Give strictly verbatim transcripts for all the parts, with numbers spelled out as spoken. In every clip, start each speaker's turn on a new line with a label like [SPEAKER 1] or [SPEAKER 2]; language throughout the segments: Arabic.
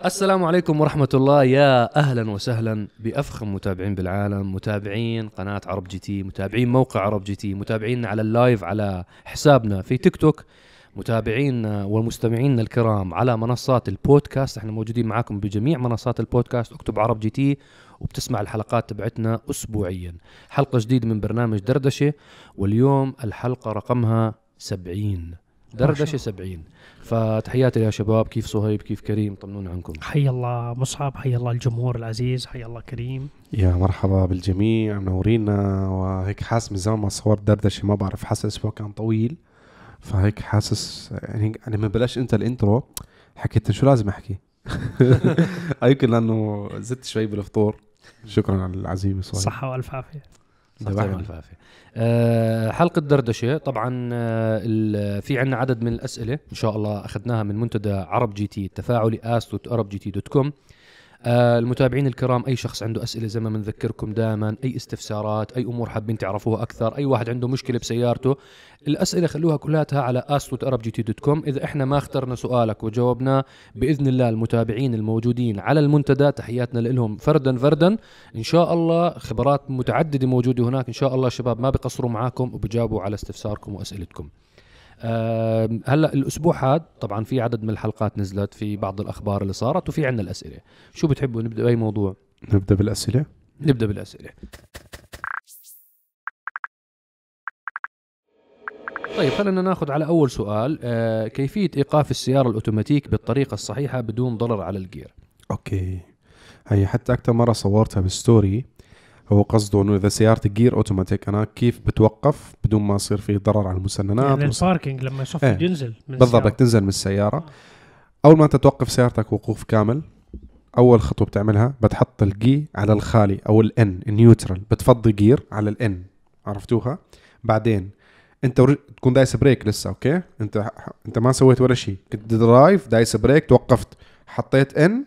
[SPEAKER 1] السلام عليكم ورحمة الله. يا أهلا وسهلا بأفخم متابعين بالعالم، متابعين قناة عرب جي تي، متابعين موقع عرب جي تي، متابعين على اللايف على حسابنا في تيك توك، متابعين ومستمعين الكرام على منصات البودكاست. احنا موجودين معاكم بجميع منصات البودكاست. اكتب عرب جي تي وبتسمع الحلقات تبعتنا أسبوعيا. حلقة جديدة من برنامج دردشة، واليوم الحلقة رقمها سبعين، دردشة سبعين. فتحياتي يا شباب، كيف صهيب، كيف كريم، طمنونا عنكم.
[SPEAKER 2] حي الله مصعب، حي الله الجمهور العزيز، حي الله كريم.
[SPEAKER 3] يا مرحبا بالجميع، منورينا. وهيك حاسس من زمان ما صورت دردشة، ما بعرف، حاسس الأسبوع كان طويل، فهيك حاسس يعني أنا ما بلاش أنت الانترو حكيت شو لازم أحكي. يمكن لأنه زدت شوي بالفطور. شكرا على العزيمة صهيب.
[SPEAKER 2] صحة وألف عافية.
[SPEAKER 1] أه حلقة دردشة طبعا. أه في عنا عدد من الأسئلة إن شاء الله أخذناها من منتدى عرب جي تي التفاعلي آست عرب جي تي دوت كوم. أه المتابعين الكرام، أي شخص عنده أسئلة زي ما بنذكركم دائما، أي استفسارات، أي أمور حابين تعرفوها أكثر، أي واحد عنده مشكلة بسيارته، الأسئلة خلوها كلها على آست عرب جي تي دوت كوم. إذا إحنا ما اخترنا سؤالك وجاوبناه بإذن الله المتابعين الموجودين على المنتدى، تحياتنا لهم فردا فردا إن شاء الله. خبرات متعددة موجودة هناك إن شاء الله. شباب ما بيقصروا معاكم وبجاوبوا على استفساركم وأسئلتكم. أه هلا الأسبوع هذا طبعا في عدد من الحلقات نزلت، في بعض الأخبار اللي صارت، وفي عنا الأسئلة. شو بتحبوا نبدأ بأي موضوع؟
[SPEAKER 3] نبدأ بالأسئلة.
[SPEAKER 1] نبدأ بالأسئلة. طيب خلينا ناخذ على أول سؤال. أه كيفية إيقاف السيارة الأوتوماتيك بالطريقة الصحيحة بدون ضرر على الجير؟
[SPEAKER 3] أوكي، هي حتى أكتر مرة صورتها بالستوري. هو قصده إنه إذا سيارتك جير أوتوماتيك أنا كيف بتوقف بدون ما يصير فيه ضرر على المسننات.
[SPEAKER 2] يعني الباركينج لما يصفي
[SPEAKER 3] ايه.
[SPEAKER 2] ينزل
[SPEAKER 3] بالضبط، بدك تنزل من السيارة. أول ما تتوقف سيارتك وقوف كامل، أول خطوة بتعملها بتحط الجي على الخالي أو الإن النيوترال، بتفضي جير على الإن، عرفتوها؟ بعدين أنت ور... تكون دايس بريك لسه، أوكي؟ أنت أنت ما سويت ولا شيء، كنت درايف دايس بريك، توقفت، حطيت إن،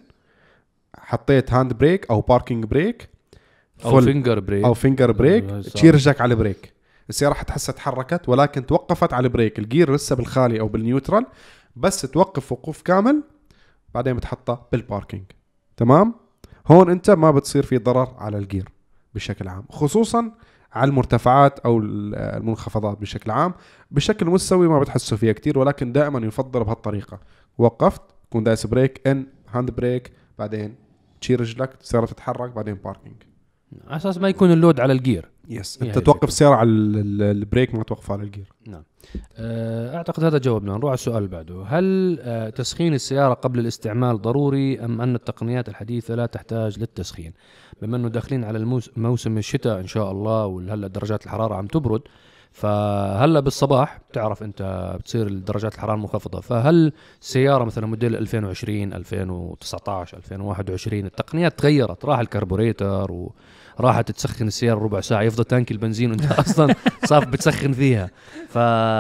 [SPEAKER 3] حطيت هاند بريك أو باركينج بريك
[SPEAKER 1] أو فينجر بريك
[SPEAKER 3] أو فينجر بريك، تشير رجلك على بريك، السيارة حتحسها تحركت ولكن توقفت على بريك، الجير لسه بالخالي أو بالنيوترال، بس توقف وقوف كامل بعدين بتحطها بالباركينج. تمام؟ هون أنت ما بتصير في ضرر على الجير بشكل عام، خصوصا على المرتفعات أو المنخفضات بشكل عام. بشكل مستوي ما بتحسوا فيها كتير، ولكن دائما يفضل بهالطريقة. وقفت كون دايس بريك، إن هاند بريك، بعدين تشير رجلك، السيارة تتحرك، بعدين باركينج،
[SPEAKER 1] على أساس ما يكون اللود على الجير.
[SPEAKER 3] يس انت توقف السيارة على البريك، ما توقف على الجير.
[SPEAKER 1] نعم. اعتقد هذا جاوبنا. نروح على السؤال اللي بعده. هل تسخين السيارة قبل الاستعمال ضروري ام ان التقنيات الحديثة لا تحتاج للتسخين؟ بما انه داخلين على موسم الشتاء ان شاء الله، وهلا درجات الحرارة عم تبرد، فهلا بالصباح بتعرف انت بتصير درجات الحرارة منخفضة، فهل سيارة مثلا موديل ألفين وعشرين ألفين وتسعطعش ألفين وواحد وعشرين التقنيات تغيرت، راح الكربوريتر و راحت تسخن السيارة ربع ساعة، يفضل تانك البنزين وانت اصلا صاف بتسخن فيها. ف...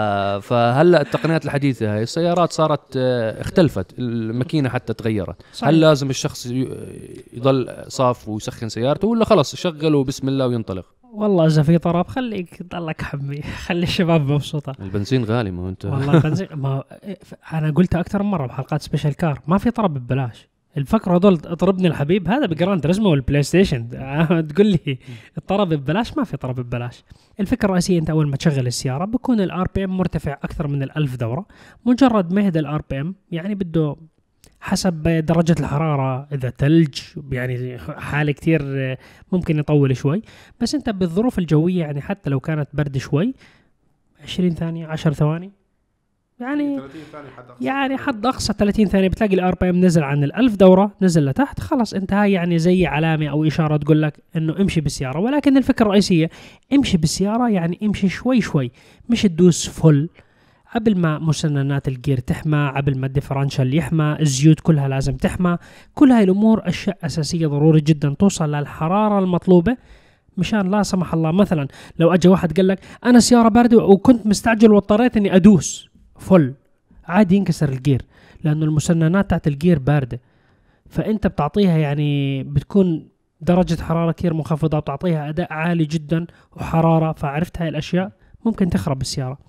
[SPEAKER 1] فهلا التقنيات الحديثة هاي السيارات صارت اختلفت، الماكينة حتى تغيرت. صحيح. هل لازم الشخص يضل صاف ويسخن سيارته، ولا خلص يشغله بسم الله وينطلق؟
[SPEAKER 2] والله إذا في طراب خليك ضلك حمي، خلي الشباب مبسوطة.
[SPEAKER 1] البنزين غالي، ما انت
[SPEAKER 2] والله البنزين ما أنا قلت أكثر من مرة بحلقات سبيشال كار، ما في طرب ببلاش. الفكرة هذول اضربني الحبيب هذا بجراند تريزمو والبلاي ستيشن، تقول لي الطرب ببلاش؟ ما في طرب ببلاش. الفكرة الرئيسية انت اول ما تشغل السيارة بكون الار بي ام مرتفع اكثر من الالف دورة. مجرد ما يهدى الار بي ام، يعني بده حسب درجة الحرارة، اذا ثلج يعني حالة كتير ممكن يطول شوي، بس انت بالظروف الجوية يعني حتى لو كانت برد شوي عشرين ثانية عشر ثواني، يعني يعني حد أقصى ثلاثين ثانية بتلاقي الار بي ام نزل عن الألف دورة، نزل لتحت، خلاص انتهى. يعني زي علامة أو إشارة تقول لك إنه امشي بالسيارة. ولكن الفكرة الرئيسية امشي بالسيارة، يعني امشي شوي شوي، مش تدوس فل قبل ما مسننات الجير تحمى، قبل ما الديفرنشال يحمى، الزيوت كلها لازم تحمى. كل هاي الأمور أشياء أساسية ضروري جدا توصل للحرارة المطلوبة، مشان لا سمح الله مثلا لو أجى واحد قال لك أنا سيارة باردة وكنت مستعجل واضطريت إني أدوس فل، عادي ينكسر الجير، لأنه المسننات تاعت الجير باردة، فأنت بتعطيها يعني بتكون درجة حرارة كثير منخفضة، بتعطيها أداء عالي جدا وحرارة، فعرفت هاي الأشياء ممكن تخرب السيارة.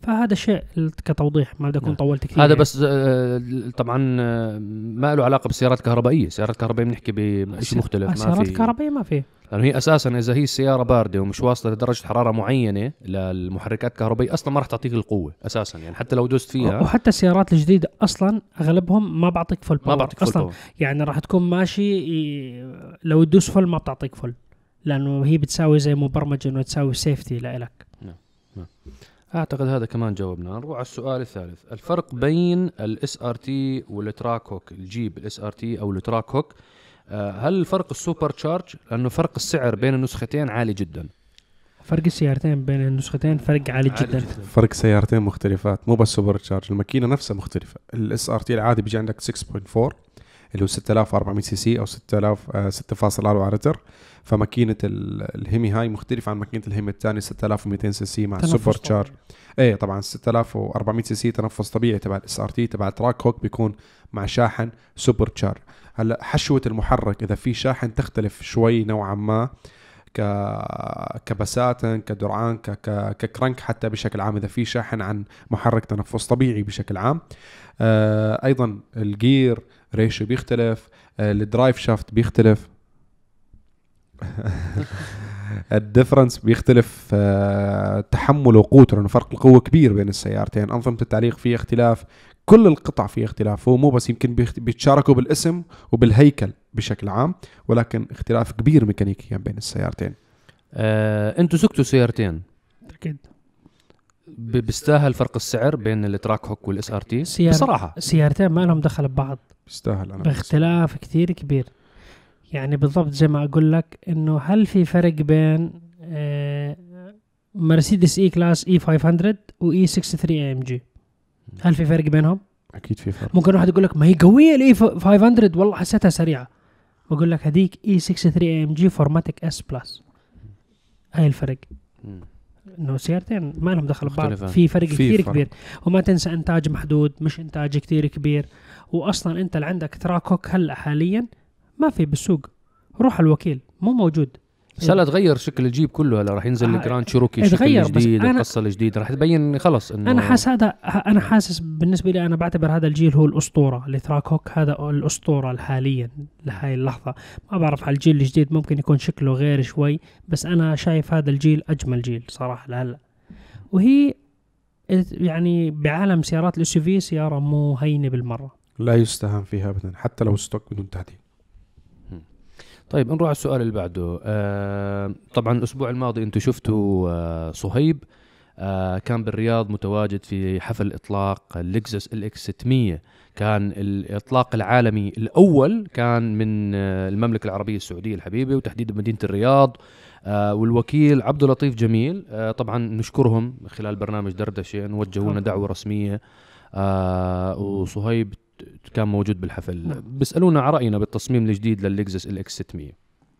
[SPEAKER 2] فهذا شيء كتوضيح، ما بدي اكون
[SPEAKER 1] نعم.
[SPEAKER 2] طولت كثير
[SPEAKER 1] هذا
[SPEAKER 2] يعني.
[SPEAKER 1] بس آه، طبعا آه، ما له علاقه بالسيارات الكهربائيه. السيارات الكهربائيه بنحكي بشيء مختلف. ما
[SPEAKER 2] السيارات
[SPEAKER 1] في
[SPEAKER 2] الكهربائيه ما في،
[SPEAKER 1] لانه هي اساسا اذا هي السياره بارده ومش واصله لدرجه حراره معينه للمحركات الكهربائيه اصلا ما راح تعطيك القوه اساسا، يعني حتى لو دوست فيها.
[SPEAKER 2] وحتى السيارات الجديده اصلا اغلبهم ما بعطيك فول باور
[SPEAKER 1] ما بعطيك فول
[SPEAKER 2] اصلا
[SPEAKER 1] باور.
[SPEAKER 2] يعني راح تكون ماشي ي- لو تدوس فل ما بتعطيك فل، لانه هي بتساوي زي مبرمجه انه تساوي سيفتي لإلك.
[SPEAKER 1] اعتقد هذا كمان جاوبنا. نروح على السؤال الثالث. الفرق بين الاس ار تي والتراك هوك، الجيب الاس ار تي او التراك هوك، آه، هل الفرق السوبر تشارج؟ لانه فرق السعر بين النسختين عالي جدا.
[SPEAKER 2] فرق السيارتين بين النسختين فرق عالي
[SPEAKER 1] عالي
[SPEAKER 2] جدا.
[SPEAKER 1] جداً.
[SPEAKER 3] فرق سيارتين مختلفات، مو بس سوبر تشارج، الماكينه نفسها مختلفه. الاس ار تي العادي بيجي عندك ستة فاصلة أربعة اللي هو ستة آلاف وأربعمية سي سي او ستة آلاف آه ستة فاصلة أربعة لتر، فماكينه الهيمي هاي مختلفه عن ماكينه الهيمي الثاني ستة آلاف ومئتين سي سي مع السوبر تشارج. ايه طبعا ستة آلاف وأربعمية سي سي تنفس طبيعي تبع الاس ار تي، تبع تراك هوك بيكون مع شاحن سوبر تشارج. هلا حشوه المحرك اذا في شاحن تختلف شوي نوعا ما، ك كبساتن كدرعان ك... ك... ككرنك حتى بشكل عام، اذا في شاحن عن محرك تنفس طبيعي بشكل عام. آه ايضا الجير ريشيو بيختلف، آه الدرايف شافت بيختلف الديفرنس بيختلف، آه تحمل وقوته، لانه فرق القوه كبير بين السيارتين. انظمه التعليق فيها اختلاف، كل القطع فيها اختلاف. هو مو بس يمكن بيتشاركوا بالاسم وبالهيكل بشكل عام، ولكن اختلاف كبير ميكانيكيا بين السيارتين.
[SPEAKER 1] آه، انتوا سكتوا سيارتين،
[SPEAKER 2] اكيد
[SPEAKER 1] ب- بيستاهل فرق السعر بين التراك هوك والاس ار تي
[SPEAKER 2] سيار...
[SPEAKER 1] بصراحه؟
[SPEAKER 2] سيارتين ما لهم دخل ببعض،
[SPEAKER 3] بيستاهل. انا
[SPEAKER 2] باختلاف كتير كبير. يعني بالضبط زي ما اقول لك انه هل في فرق بين آه مرسيدس اي كلاس اي خمسمية واي ثلاثة وستين اي ام جي؟ هل في فرق بينهم؟
[SPEAKER 3] اكيد في فرق.
[SPEAKER 2] ممكن واحد يقول لك ما هي قويه الاي خمسمية والله حسيتها سريعه، بقول لك هذيك اي ستة وستين اي ام جي فورماتيك اس بلس. هاي الفرق،
[SPEAKER 1] مم.
[SPEAKER 2] انه سيارتين ما لهم دخل ببعض،
[SPEAKER 1] مختلفة.
[SPEAKER 2] في فرق
[SPEAKER 3] في
[SPEAKER 2] كثير
[SPEAKER 3] فرق.
[SPEAKER 2] كبير. وما تنسى انتاج محدود، مش انتاج كثير كبير. واصلا انت اللي عندك تراك هوك هلا حاليا ما في بالسوق، روح الوكيل مو موجود.
[SPEAKER 1] بس هلا تغير شكل الجيب كله. هلا راح ينزل
[SPEAKER 2] آه،
[SPEAKER 1] الجراند شيروكي الشكل
[SPEAKER 2] اتغير، بس
[SPEAKER 1] الجديد،
[SPEAKER 2] أنا-
[SPEAKER 1] القصه الجديده راح تبين خلص انه
[SPEAKER 2] انا حاس هذا انا حاسس بالنسبه لي انا بعتبر هذا الجيل هو الاسطوره. التراك هوك هذا الاسطوره حاليا لهاي اللحظه. ما بعرف على الجيل الجديد ممكن يكون شكله غير شوي، بس انا شايف هذا الجيل اجمل جيل صراحه لهلا. وهي يعني بعالم سيارات الاس يو في سياره مو هينه بالمره.
[SPEAKER 3] لا يستهان فيها ابدا حتى لو ستوك بدون تعديل.
[SPEAKER 1] طيب نروح على السؤال اللي بعده. آه طبعا الأسبوع الماضي أنتم شفتوا آه صهيب آه كان بالرياض متواجد في حفل إطلاق اللكزس ال إكس ستمية. كان الإطلاق العالمي الأول كان من آه المملكة العربية السعودية الحبيبة، وتحديدا مدينة الرياض. آه والوكيل عبد اللطيف جميل، آه طبعا نشكرهم خلال برنامج دردشة أن وجهوا لنا دعوة رسمية. آه وصهيب كان موجود بالحفل. بيسألونا على رأينا بالتصميم الجديد لللكزس ال إكس ستمية.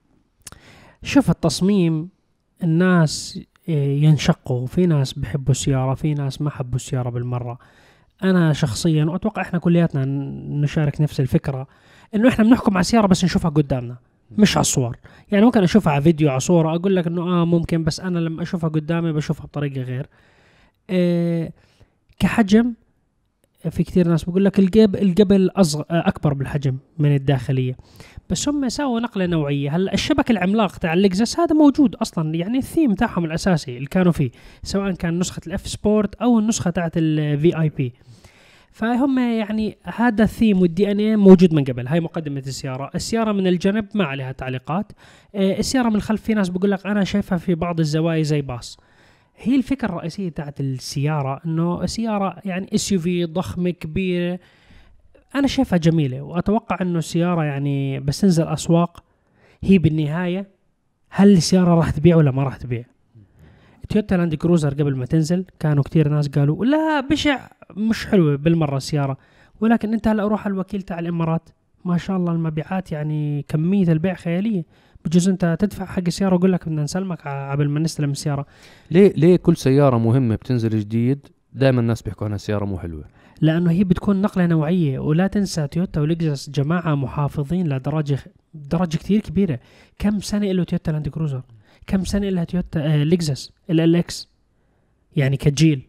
[SPEAKER 2] شوف التصميم، الناس ينشقوا، في ناس بحبوا السيارة، في ناس ما حبوا السيارة بالمرة. أنا شخصيا وأتوقع إحنا كلياتنا نشارك نفس الفكرة، إنه إحنا بنحكم على السيارة بس نشوفها قدامنا مش على الصور. يعني ممكن أشوفها على فيديو على صورة أقول لك إنه آه ممكن، بس أنا لما أشوفها قدامي بشوفها بطريقة غير. إيه كحجم في كثير ناس بقول لك الجب الجبل أصغر أكبر بالحجم من الداخلية، بس هم سووا نقلة نوعية. هلا الشبك العملاق تاع اللكزس هذا موجود أصلا، يعني الثيم تاعهم الأساسي اللي كانوا فيه، سواء كان نسخة الأف سبورت أو النسخة تاعت الفي آي بي، فهم يعني هذا الثيم والدي ان اي موجود من قبل. هاي مقدمة السيارة. السيارة من الجنب ما عليها تعليقات. السيارة من الخلف في ناس بقول لك أنا شايفها في بعض الزوايا زي باص. هي الفكرة الرئيسية تاعت السيارة انه السيارة يعني اس يو في ضخمة كبيرة، انا شايفها جميلة. واتوقع انه السيارة يعني بس تنزل اسواق هي بالنهاية هل السيارة راح تبيع ولا ما راح تبيع. تويوتا لاند كروزر قبل ما تنزل كانوا كتير ناس قالوا لا بشع مش حلوة بالمرة السيارة، ولكن انت هلا روح الوكيل تاع الامارات ما شاء الله المبيعات يعني كمية البيع خيالية. بجوز انت تدفع حق السياره ويقول لك بدنا نسلمك قبل ما نستلم السياره.
[SPEAKER 1] ليه ليه كل سياره مهمه بتنزل جديد دائما الناس بيحكوا عنها سياره مو حلوه؟
[SPEAKER 2] لانه هي بتكون نقله نوعيه. ولا تنسى تويوتا ولكزس جماعه محافظين لدرجه درجه كثير كبيره. كم سنه له تويوتا لاند كروزر، كم سنه لها تويوتا آه لكزس ال ال اكس يعني كجيل.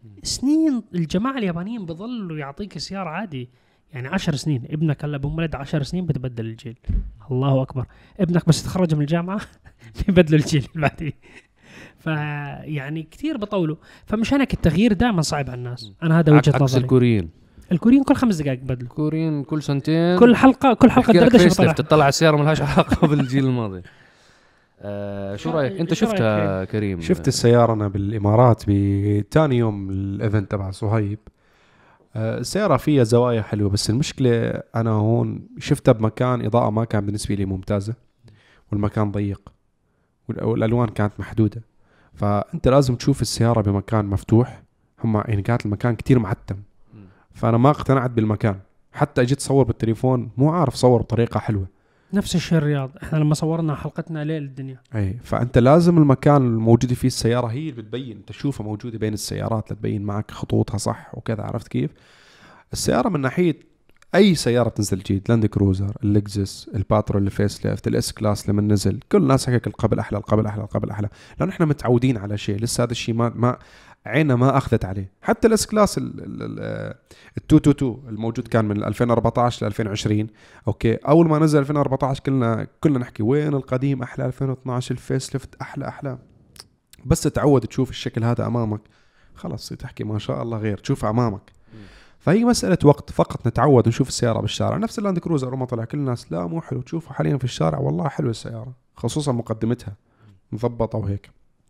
[SPEAKER 2] سنين الجماعة اليابانيين بيظلوا يعطيك سيارة عادي، يعني عشر سنين. ابنك هلا بمولد عشر سنين بتبدل الجيل. الله أكبر. ابنك بس يتخرج من الجامعة بيبدلوا الجيل بعدين. فيعني كثير بطولوا، فمش هناك التغيير دائما صعب على الناس. أنا هذا وجهة نظري.
[SPEAKER 1] الكوريين
[SPEAKER 2] الكوريين كل خمس دقائق بدلوا.
[SPEAKER 1] الكوريين كل سنتين
[SPEAKER 2] كل حلقة كل حلقة دردشة
[SPEAKER 1] تطلع تطلع على السيارة ملهاش علاقة بالجيل الماضي. آه شو رأيك أنت شفتها كريم؟
[SPEAKER 3] شفت السيارة أنا بالإمارات بتاني يوم الإيفنت تبع صهيب. آه السيارة فيها زوايا حلوة، بس المشكلة أنا هون شفتها بمكان إضاءة ما كان بالنسبة لي ممتازة، والمكان ضيق والألوان كانت محدودة. فأنت لازم تشوف السيارة بمكان مفتوح. هم يعني كانت المكان كتير معتم، فأنا ما اقتنعت بالمكان. حتى أجيت صور بالتليفون مو عارف صور بطريقة حلوة.
[SPEAKER 2] نفس الشيء الرياض، احنا لما صورنا حلقتنا ليل الدنيا.
[SPEAKER 3] اي فانت لازم المكان الموجود فيه السياره هي اللي بتبين، تشوفها موجوده بين السيارات لتبين معك خطوطها صح وكذا. عرفت كيف؟ السياره من ناحيه اي سياره تنزل جديد، لاند كروزر، اللكزس، الباترول، الفيس ليفت، الاس كلاس لما نزل، كل الناس حكيك القبل احلى القبل احلى القبل احلى، لانه احنا متعودين على شيء لسه هذا الشيء ما ما عينا ما اخذت عليه. حتى الاس كلاس ال222 الموجود كان من ألفين وأربعتاشر ل ألفين وعشرين، اوكي اول ما نزل ألفين وأربعتاشر كلنا كلنا نحكي وين القديم احلى، ألفين واثناشر الفيس ليفت احلى احلى. بس تعود تشوف الشكل هذا امامك خلاص تحكي ما شاء الله غير، تشوف امامك. فهي مسألة وقت فقط نتعود نشوف السيارة بالشارع. نفس اللاند كروزر وما طلع كل الناس لا مو حلو، تشوفه حاليا في الشارع والله حلوة السيارة، خصوصا مقدمتها مضبطة وهيك.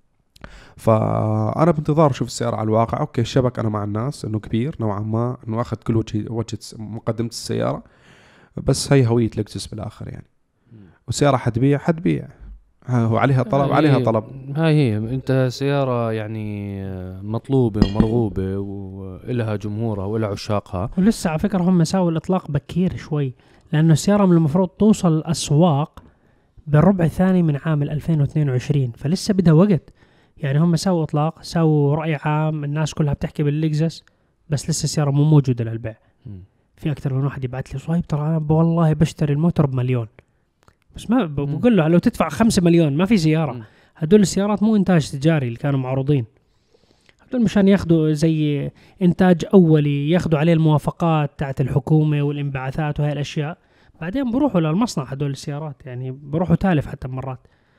[SPEAKER 3] فأنا بانتظار أشوف السيارة على الواقع. أوكي الشبك أنا مع الناس إنه كبير نوعا ما، إنه أخذ كل وجه وجه مقدمة السيارة، بس هي هوية لكزس بالآخر يعني. والسيارة حتبيع حتبيع، هو عليها طلب عليها طلب.
[SPEAKER 1] هاي هي انت سيارة يعني مطلوبة ومرغوبة وإلها جمهورها وإلها عشاقها.
[SPEAKER 2] ولسه على فكرة هم ساووا الإطلاق بكير شوي، لأنه السيارة من المفروض توصل الأسواق بالربع الثاني من عام ألفين واثنين وعشرين، فلسه بدها وقت. يعني هم ساووا إطلاق، ساووا رأي عام، الناس كلها بتحكي باللكزس، بس لسه السيارة مو موجودة للبيع. في أكثر من واحد يبعث لي صهيب ترى أنا والله بشتري الموتور بمليون، بس ما بقول له لو تدفع خمسة مليون ما في سيارة. هدول السيارات مو إنتاج تجاري اللي كانوا معروضين، هدول مشان ياخدوا زي إنتاج أولي، ياخدوا عليه الموافقات تاعت الحكومة والانبعاثات وهي الأشياء، بعدين بروحوا للمصنع. هدول السيارات يعني بروحوا تالف حتى مرات.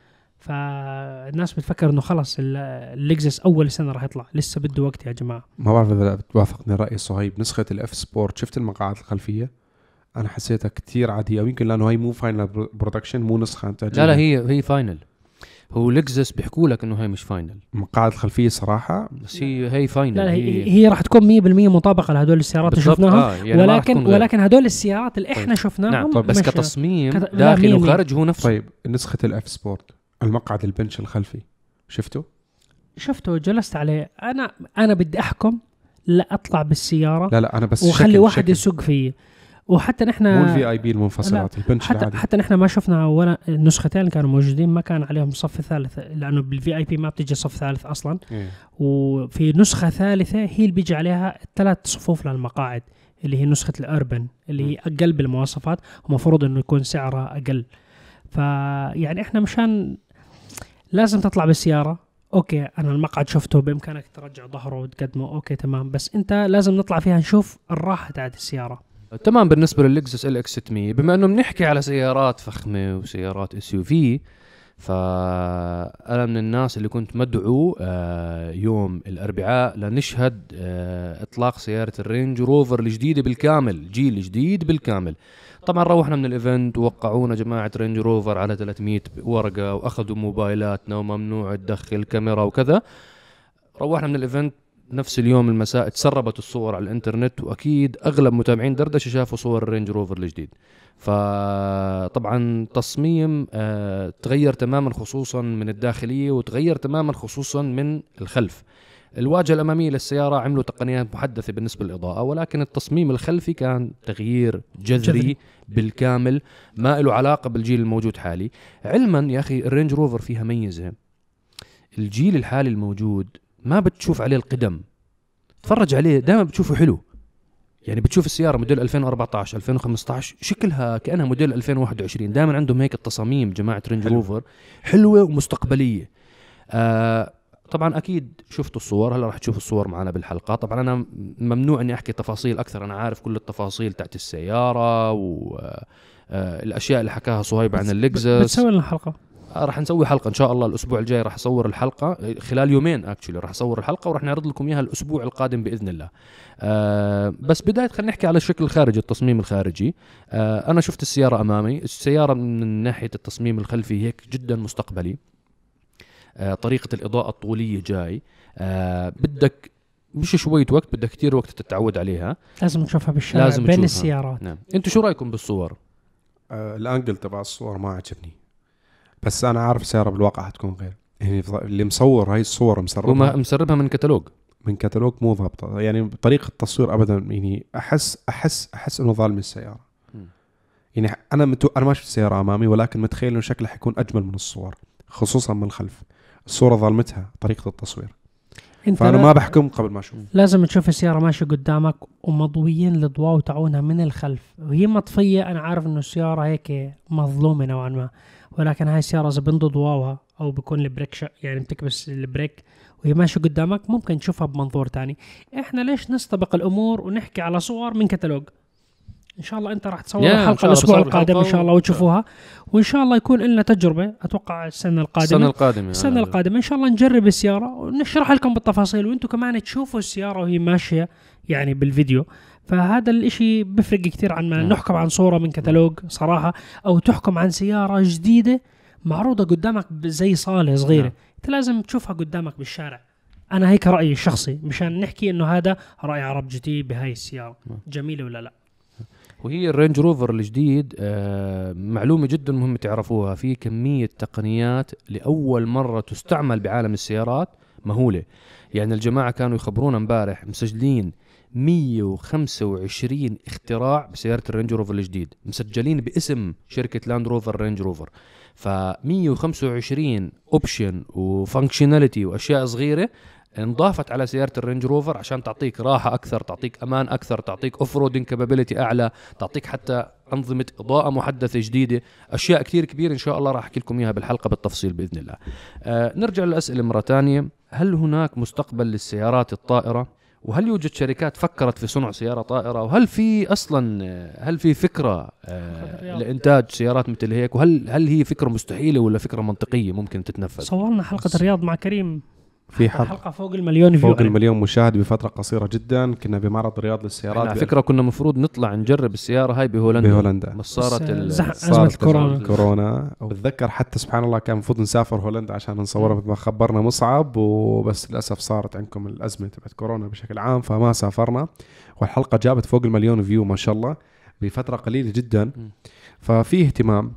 [SPEAKER 2] فالناس بتفكر إنه خلص اللكزس أول سنة راح يطلع، لسه بده وقت يا جماعة.
[SPEAKER 3] ما بعرف إذا بتوافقني الرأي صهيب، نسخة الإف سبورت شفت المقاعد الخلفية أنا حسيتها كتير عادية، ويمكن لأنه هي مو فاينل برودكشن، مو نسخة إنتاجية.
[SPEAKER 1] لا لا هي هي فاينل. هو لكزس بيحكوا لك إنه هي مش فاينل
[SPEAKER 3] المقاعد الخلفية صراحة،
[SPEAKER 1] بس هي هي فاينل.
[SPEAKER 2] لا هي, هي راح تكون مية بالمية مطابقة لهدول السيارات اللي شفناها. آه يعني ولكن ولكن هدول السيارات اللي إحنا شفناهم
[SPEAKER 1] نعم. طيب بس كتصميم
[SPEAKER 2] كت...
[SPEAKER 1] داخل وخارج هو نفسه.
[SPEAKER 3] طيب نسخة الإف سبورت المقعد البنش الخلفي شفته؟
[SPEAKER 2] شفته جلست عليه. أنا أنا بدي أحكم لا أطلع بالسيارة.
[SPEAKER 3] لا لا أنا بس
[SPEAKER 2] وخلي واحد يسوق فيه. وحتى نحن
[SPEAKER 3] مو الفي اي بي المنفصلات، البنش
[SPEAKER 2] حتى
[SPEAKER 3] العادي.
[SPEAKER 2] حتى نحن ما شفنا ولا النسختين كانوا موجودين ما كان عليهم صف ثالث، لانه بالفي اي بي ما بتيجي صف ثالث اصلا.
[SPEAKER 3] إيه.
[SPEAKER 2] وفي نسخه ثالثه هي اللي بيجي عليها ثلاث صفوف للمقاعد، اللي هي نسخه الاربن اللي هي اقل بالمواصفات، ومفروض انه يكون سعرها اقل. فيعني احنا مشان لازم تطلع بالسياره. اوكي انا المقعد شفته بامكانك ترجع ظهره وتقدمه، اوكي تمام، بس انت لازم نطلع فيها نشوف الراحه تاعت السياره.
[SPEAKER 1] تمام. بالنسبة لللكزس ال إكس ستمية، بما أنه بنحكي على سيارات فخمة وسيارات اس يو في، فأنا من الناس اللي كنت مدعو يوم الأربعاء لنشهد إطلاق سيارة الرينج روفر الجديدة بالكامل، جيل جديد بالكامل. طبعا روحنا من الإيفنت ووقعونا جماعة رينج روفر على ثلاثمية ورقة، وأخذوا موبايلاتنا وممنوع تدخل كاميرا وكذا. روحنا من الإيفنت نفس اليوم المساء تسربت الصور على الانترنت، واكيد اغلب متابعين دردشه شافوا صور الرينج روفر الجديد. فطبعا تصميم آه تغير تماما خصوصا من الداخليه، وتغير تماما خصوصا من الخلف. الواجهه الاماميه للسياره عملوا تقنيات محدثه بالنسبه للاضاءه، ولكن التصميم الخلفي كان تغيير جذري, جذري. بالكامل، ما له علاقه بالجيل الموجود حالي. علما يا اخي الرينج روفر فيها ميزه، الجيل الحالي الموجود ما بتشوف عليه القدم، تفرج عليه دائما بتشوفه حلو. يعني بتشوف السيارة موديل ألفين وأربعتاشر ألفين وخمستاشر شكلها كأنها موديل ألفين وواحد وعشرين. دائما عندهم هيك التصاميم جماعة رينج روفر حلوة ومستقبلية. آه طبعا اكيد شفتوا الصور، هلا راح تشوفوا الصور معنا بالحلقه. طبعا انا ممنوع اني احكي تفاصيل اكثر، انا عارف كل التفاصيل تاعت السياره والاشياء اللي حكاها صهيب عن اللكزس.
[SPEAKER 2] بتسوي لنا حلقه؟
[SPEAKER 1] راح نسوي حلقه ان شاء الله الاسبوع الجاي، راح اصور الحلقه خلال يومين اكشلي، راح اصور الحلقه وراح نعرض لكم اياها الاسبوع القادم باذن الله. آه بس بدايه خلينا نحكي على الشكل الخارجي، التصميم الخارجي. آه انا شفت السياره امامي، السياره من ناحيه التصميم الخلفي هيك جدا مستقبلي. آه طريقه الاضاءه الطوليه جاي، آه بدك مش شويه وقت، بدك كتير وقت تتعود عليها.
[SPEAKER 2] لازم تشوفها بالشارع لازم بين تشوفها. السيارات.
[SPEAKER 1] نعم. انتوا شو رايكم بالصور؟
[SPEAKER 3] آه الانجل تبع الصور ما عجبني، بس انا عارف السياره بالواقع هتكون غير. يعني اللي مصور هاي الصور مسربها
[SPEAKER 1] مسربها من كتالوج
[SPEAKER 3] من كتالوج مو ضابطه، يعني بطريقه التصوير ابدا. يعني احس احس احس انه ظالم السياره. م. يعني انا متو... انا ما شفت السياره امامي، ولكن متخيل انه شكلها حيكون اجمل من الصور، خصوصا من الخلف. الصوره ظالمتها طريقه التصوير، فانا ما بحكم قبل ما اشوف.
[SPEAKER 2] لازم تشوف السياره ماشيه قدامك ومضويين الاضواء تاعونها من الخلف، وهي مطفيه. انا عارف انه السياره هيك مظلومه نوعا ما، ولكن هاي السياره اذا بنض ضواوها او بيكون البريك يعني بتكبس البريك وهي ماشيه قدامك، ممكن تشوفها بمنظور تاني. احنا ليش نستبق الامور ونحكي على صور من كتالوج؟ ان شاء الله انت راح تصور الحلقه الاسبوع القادم ان شاء الله وتشوفوها، وان شاء الله يكون لنا تجربه. اتوقع السنه القادمه
[SPEAKER 1] السنه القادمه
[SPEAKER 2] السنه القادمه ان شاء الله نجرب السياره ونشرح لكم بالتفاصيل، وانتم كمان تشوفوا السياره وهي ماشيه يعني بالفيديو. فهذا الاشي بفرق كتير عن ما نحكم عن صوره من كتالوج صراحه، او تحكم عن سياره جديده معروضه قدامك زي صاله صغيره. انت لازم تشوفها قدامك بالشارع. انا هيك رايي الشخصي، مشان نحكي انه هذا راي عرب جي تي بهاي السياره جميله ولا لا.
[SPEAKER 1] وهي الرينج روفر الجديد، آه معلومة جدا مهمة تعرفوها، في كمية تقنيات لأول مرة تستعمل بعالم السيارات مهولة. يعني الجماعة كانوا يخبرونا امبارح مسجلين مية وخمسة وعشرين اختراع بسيارة الرينج روفر الجديد، مسجلين باسم شركة لاند روفر رينج روفر. فمية وخمسة وعشرين اوبشن وفانكشناليتي واشياء صغيرة انضافت على سيارة الرينج روفر عشان تعطيك راحة أكثر، تعطيك أمان أكثر، تعطيك أوف رودينج كابابيلتي أعلى، تعطيك حتى أنظمة إضاءة محدثة جديدة، أشياء كتير كبيرة إن شاء الله راح أحكي لكم إياها بالحلقة بالتفصيل بإذن الله. آه نرجع للأسئلة مرة تانية. هل هناك مستقبل للسيارات الطائرة؟ وهل يوجد شركات فكرت في صنع سيارة طائرة؟ وهل في أصلا هل في فكرة آه لإنتاج سيارات مثل هيك؟ وهل هل هي فكرة مستحيلة ولا فكرة منطقية ممكن تتنفذ؟
[SPEAKER 2] صورنا حلقة الرياض مع كريم
[SPEAKER 3] في
[SPEAKER 2] حلقة فوق المليون
[SPEAKER 3] فوق المليون مشاهد بفترة قصيرة جدا. كنا بمعرض الرياض للسيارات.
[SPEAKER 1] على فكرة كنا مفروض نطلع نجرب السيارة هاي بهولندا
[SPEAKER 3] بهولندا
[SPEAKER 1] بس صارت
[SPEAKER 2] أزمة كورونا
[SPEAKER 3] كورونا وبتذكر حتى سبحان الله كان مفروض نسافر هولندا عشان نصورها مثل ما خبرنا مصعب، وبس للأسف صارت عندكم الأزمة تبعت كورونا بشكل عام فما سافرنا. والحلقة جابت فوق المليون فيو ما شاء الله بفترة قليلة جدا. ففي اهتمام.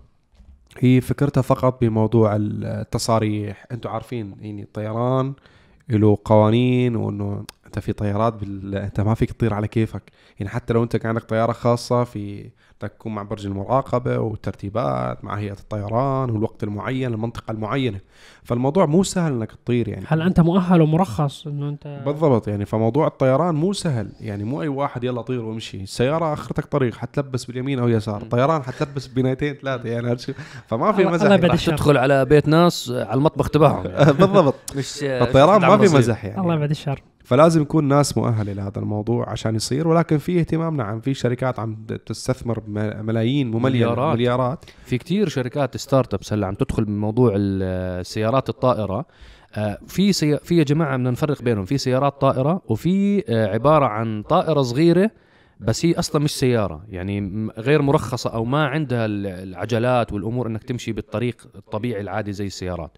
[SPEAKER 3] هي فكرتها فقط بموضوع التصاريح. انتوا عارفين يعني الطيران له قوانين، وانه انت في طيارات بال... انت ما فيك تطير على كيفك. يعني حتى لو انت كان عندك طياره خاصه في تكون مع برج المراقبه والترتيبات مع هيئه الطيران والوقت المعين المنطقه المعينه، فالموضوع مو سهل انك تطير. يعني
[SPEAKER 2] هل انت مؤهل ومرخص انه انت
[SPEAKER 3] بالضبط؟ يعني فموضوع الطيران مو سهل، يعني مو اي واحد يلا طير وامشي. السياره اخرتك طريق حتلبس باليمين او يسار، الطيران حتلبس بنايتين ثلاثه يعني فما في مزح.
[SPEAKER 1] راح تدخل على بيت ناس على المطبخ تبعهم
[SPEAKER 3] بالضبط.
[SPEAKER 1] مش
[SPEAKER 3] الطيران ما في مزح يعني.
[SPEAKER 2] الله يبعد الشر.
[SPEAKER 3] فلازم يكون ناس مؤهله لهذا الموضوع عشان يصير. ولكن في اهتمام، نعم، في شركات عم تستثمر ملايين ومليارات مليارات.
[SPEAKER 1] في كتير شركات ستارت ابس هلا عم تدخل بموضوع السيارات الطائره. في سي... في يا جماعه بدنا نفرق بينهم، في سيارات طائره وفي عباره عن طائره صغيره بس هي اصلا مش سياره، يعني غير مرخصه او ما عندها العجلات والامور انك تمشي بالطريق الطبيعي العادي زي السيارات.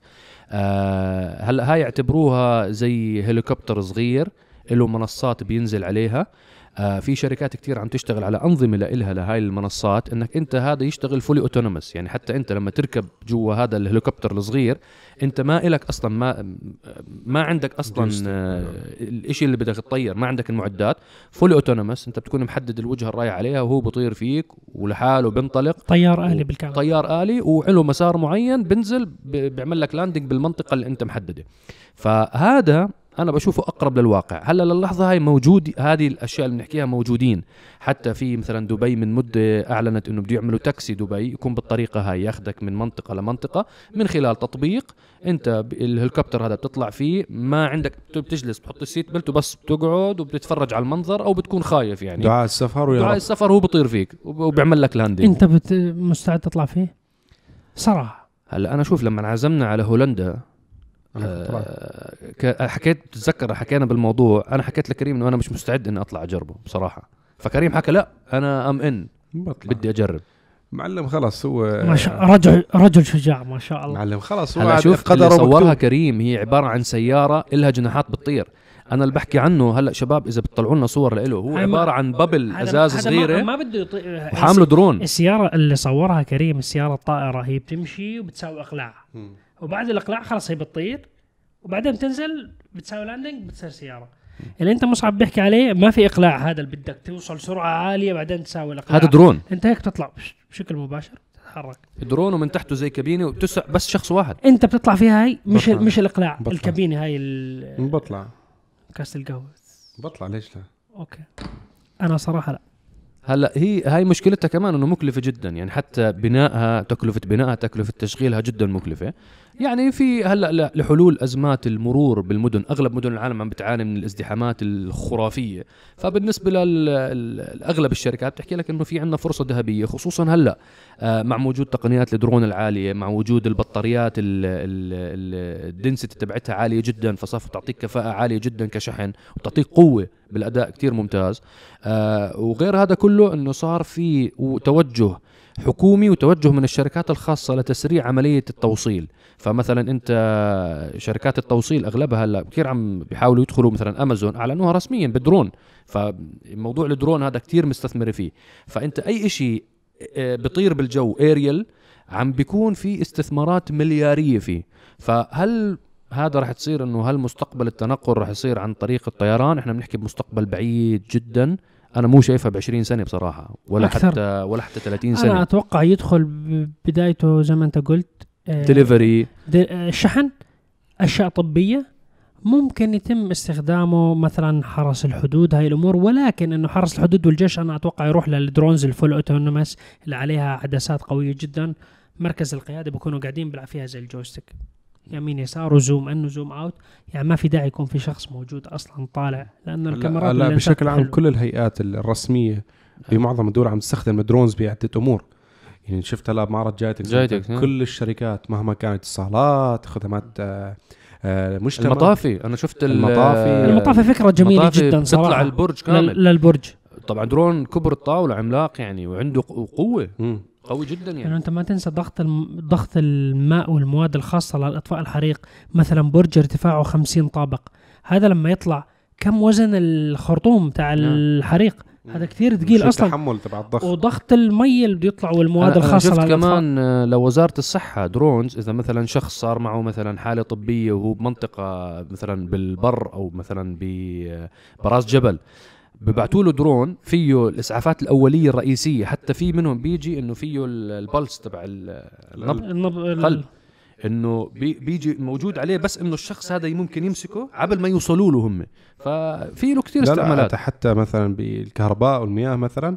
[SPEAKER 1] آه هلا هاي يعتبروها زي هليكوبتر صغير له منصات بينزل عليها. آه في شركات كتير عم تشتغل على أنظمة لإلها لهاي المنصات انك انت هذا يشتغل فولي اوتونومس. يعني حتى انت لما تركب جوا هذا الهليكوبتر الصغير انت ما إلك اصلا ما ما عندك اصلا آه الاشي اللي بدك تطير، ما عندك المعدات. فولي اوتونومس، انت بتكون محدد الوجهة الرايح عليها وهو بطير فيك ولحاله بنطلق.
[SPEAKER 2] طيار آلي بالكامل.
[SPEAKER 1] طيار آلي وعله مسار معين بنزل بيعمل لك لاندنج بالمنطقة اللي انت محدده. فهذا انا بشوفه اقرب للواقع. هلا للحظه هاي موجود، هذه الاشياء اللي بنحكيها موجودين. حتى في مثلا دبي من مده اعلنت انه بده يعملوا تاكسي دبي يكون بالطريقه هاي، ياخذك من منطقه لمنطقه من خلال تطبيق. انت الهليكوبتر هذا بتطلع فيه، ما عندك بتجلس بتحط السيت بلت وبس بتقعد وبتتفرج على المنظر، او بتكون خايف يعني
[SPEAKER 3] دعاء السفر ويا
[SPEAKER 1] دعاء
[SPEAKER 3] رب.
[SPEAKER 1] السفر هو بيطير فيك وبيعمل لك لاندنج.
[SPEAKER 2] انت بت... مستعد تطلع فيه صراحه؟
[SPEAKER 1] هلا انا شوف لما عزمنا على هولندا
[SPEAKER 3] أنا طلعت.
[SPEAKER 1] آه ك- حكيت بتتذكر حكينا بالموضوع، انا حكيت لكريم انه انا مش مستعد اني اطلع اجربه بصراحه، فكريم حكى لا انا ام ان
[SPEAKER 3] بطلع.
[SPEAKER 1] بدي اجرب.
[SPEAKER 3] معلم خلاص هو
[SPEAKER 2] ما شاء رجل رجل شجاع ما شاء الله.
[SPEAKER 3] معلم خلاص هو
[SPEAKER 1] هلا
[SPEAKER 3] عاد
[SPEAKER 1] شوف اللي
[SPEAKER 3] قدره
[SPEAKER 1] صورها
[SPEAKER 3] مكتوب.
[SPEAKER 1] كريم هي عباره عن سياره إلها جناحات بتطير. انا اللي بحكي عنه هلا شباب اذا بتطلعوا لنا صور له، هو
[SPEAKER 2] هاي ما-
[SPEAKER 1] عباره عن ببل
[SPEAKER 2] هذا-
[SPEAKER 1] ازاز
[SPEAKER 2] هذا
[SPEAKER 1] صغيره
[SPEAKER 2] ما, ما بده يطير
[SPEAKER 1] وحامله درون.
[SPEAKER 2] السياره اللي صورها كريم، السياره الطائره هي بتمشي وبتساوي اقلاع،
[SPEAKER 3] مم.
[SPEAKER 2] وبعد الاقلاع خلص هي بتطير، وبعدين بتنزل بتساوي لاندنج بتصير سياره. اللي انت مصعب بيحكي عليه ما في اقلاع، هذا اللي بدك توصل سرعه عاليه بعدين تساوي الاقلاع.
[SPEAKER 1] هذا درون
[SPEAKER 2] انت هيك بتطلع بش- بشكل مباشر تتحرك.
[SPEAKER 1] درون ومن تحته زي كابينه وبتسع بس شخص واحد.
[SPEAKER 2] انت بتطلع فيها هاي مش
[SPEAKER 3] بطلع.
[SPEAKER 2] مش الاقلاع،
[SPEAKER 3] بطلع.
[SPEAKER 2] الكابينه هاي ال-
[SPEAKER 3] بطلع
[SPEAKER 2] كاس القهوه.
[SPEAKER 3] بطلع ليش لا.
[SPEAKER 2] اوكي انا صراحه لا.
[SPEAKER 1] هلا هي هاي مشكلتها كمان انه مكلفه جدا، يعني حتى بنائها تكلفه بنائها تكلفه تشغيلها جدا مكلفه. يعني في هلا ل- لحلول ازمات المرور بالمدن، اغلب مدن العالم عم بتعاني من الازدحامات الخرافيه، فبالنسبه لاغلب الشركات بتحكي لك انه في عندنا فرصه ذهبيه، خصوصا هلا آه، مع وجود تقنيات الدرون العاليه، مع وجود البطاريات الدنسيتي تبعتها عاليه جدا، فصارت تعطيك كفاءه عاليه جدا كشحن وتعطيك قوه بالاداء كتير ممتاز. آه، وغير هذا كله انه صار في توجه حكومي وتوجه من الشركات الخاصه لتسريع عمليه التوصيل. فمثلا انت شركات التوصيل اغلبها هلا كثير عم بيحاولوا يدخلوا، مثلا امازون اعلنوها رسميا بالدرون، فموضوع الدرون هذا كثير مستثمر فيه. فانت اي شيء بيطير بالجو اريال عم بيكون في استثمارات ملياريه فيه. فهل هذا رح تصير انه هل مستقبل التنقل رح يصير عن طريق الطيران؟ احنا بنحكي بمستقبل بعيد جدا، انا مو شايفها بعشرين سنه بصراحه، ولا
[SPEAKER 2] أكثر.
[SPEAKER 1] حتى ولا حتى ثلاثين
[SPEAKER 2] انا
[SPEAKER 1] سنه.
[SPEAKER 2] اتوقع يدخل بدايته زي ما انت قلت آه،
[SPEAKER 1] دليفري
[SPEAKER 2] د- آه، شحن اشياء طبيه، ممكن يتم استخدامه مثلا حرس الحدود هاي الامور، ولكن انه حرس الحدود والجيش انا اتوقع يروح للدرونز الفول اوتونومس اللي عليها عدسات قويه جدا، مركز القياده بيكونوا قاعدين بيلعب فيها زي الجويستيك، يمين يسار وزوم ان وزوم اوت، يعني ما في داعي يكون في شخص موجود اصلا طالع، لانه الكاميرات
[SPEAKER 3] لا
[SPEAKER 2] اللي
[SPEAKER 3] بشكل عام
[SPEAKER 2] حلوة.
[SPEAKER 3] كل الهيئات الرسميه بمعظم الدول عم تستخدم درونز بعده امور. يعني شفت هلا بمعرض جايتك
[SPEAKER 1] جايتك،
[SPEAKER 3] كل الشركات مهما كانت اتصالات خدمات آه، آه، مجتمع
[SPEAKER 1] المطافي، انا شفت ال-
[SPEAKER 3] المطافي.
[SPEAKER 2] المطافي فكره جميله
[SPEAKER 1] المطافي
[SPEAKER 2] جدا
[SPEAKER 1] بتطلع
[SPEAKER 2] صراحه
[SPEAKER 1] البرج
[SPEAKER 2] لل-
[SPEAKER 1] كامل.
[SPEAKER 2] للبرج.
[SPEAKER 1] طبعا درون كبر الطاوله عملاق يعني، وعنده ق- قوه
[SPEAKER 3] مم.
[SPEAKER 1] قوي جدا
[SPEAKER 2] يعني
[SPEAKER 1] يعني.
[SPEAKER 2] انت ما تنسى ضغط الم... ضغط الماء والمواد الخاصه لاطفاء الحريق، مثلا برج ارتفاعه خمسين طابق، هذا لما يطلع كم وزن الخرطوم تاع الحريق؟ هذا كثير ثقيل
[SPEAKER 3] مش
[SPEAKER 2] اصلا.
[SPEAKER 3] التحمل تبع الضغط.
[SPEAKER 2] وضغط المي اللي بده يطلع والمواد
[SPEAKER 1] أنا- أنا
[SPEAKER 2] الخاصه
[SPEAKER 1] شفت
[SPEAKER 2] للأطفاء.
[SPEAKER 1] كمان آه، لو وزاره الصحه درونز، اذا مثلا شخص صار معه مثلا حاله طبيه وهو بمنطقه مثلا بالبر او مثلا براس جبل، ببعتوا له درون فيه الاسعافات الاوليه الرئيسيه، حتى في منهم بيجي انه فيه ال- البلس تبع ال- النبض
[SPEAKER 2] النب... ال-
[SPEAKER 1] قلب، انه بي بيجي موجود عليه، بس انه الشخص هذا ممكن يمسكه قبل ما يوصلوا له هم، ففي له كثير
[SPEAKER 3] لا لا
[SPEAKER 1] استعمالات.
[SPEAKER 3] حتى مثلا بالكهرباء والمياه مثلا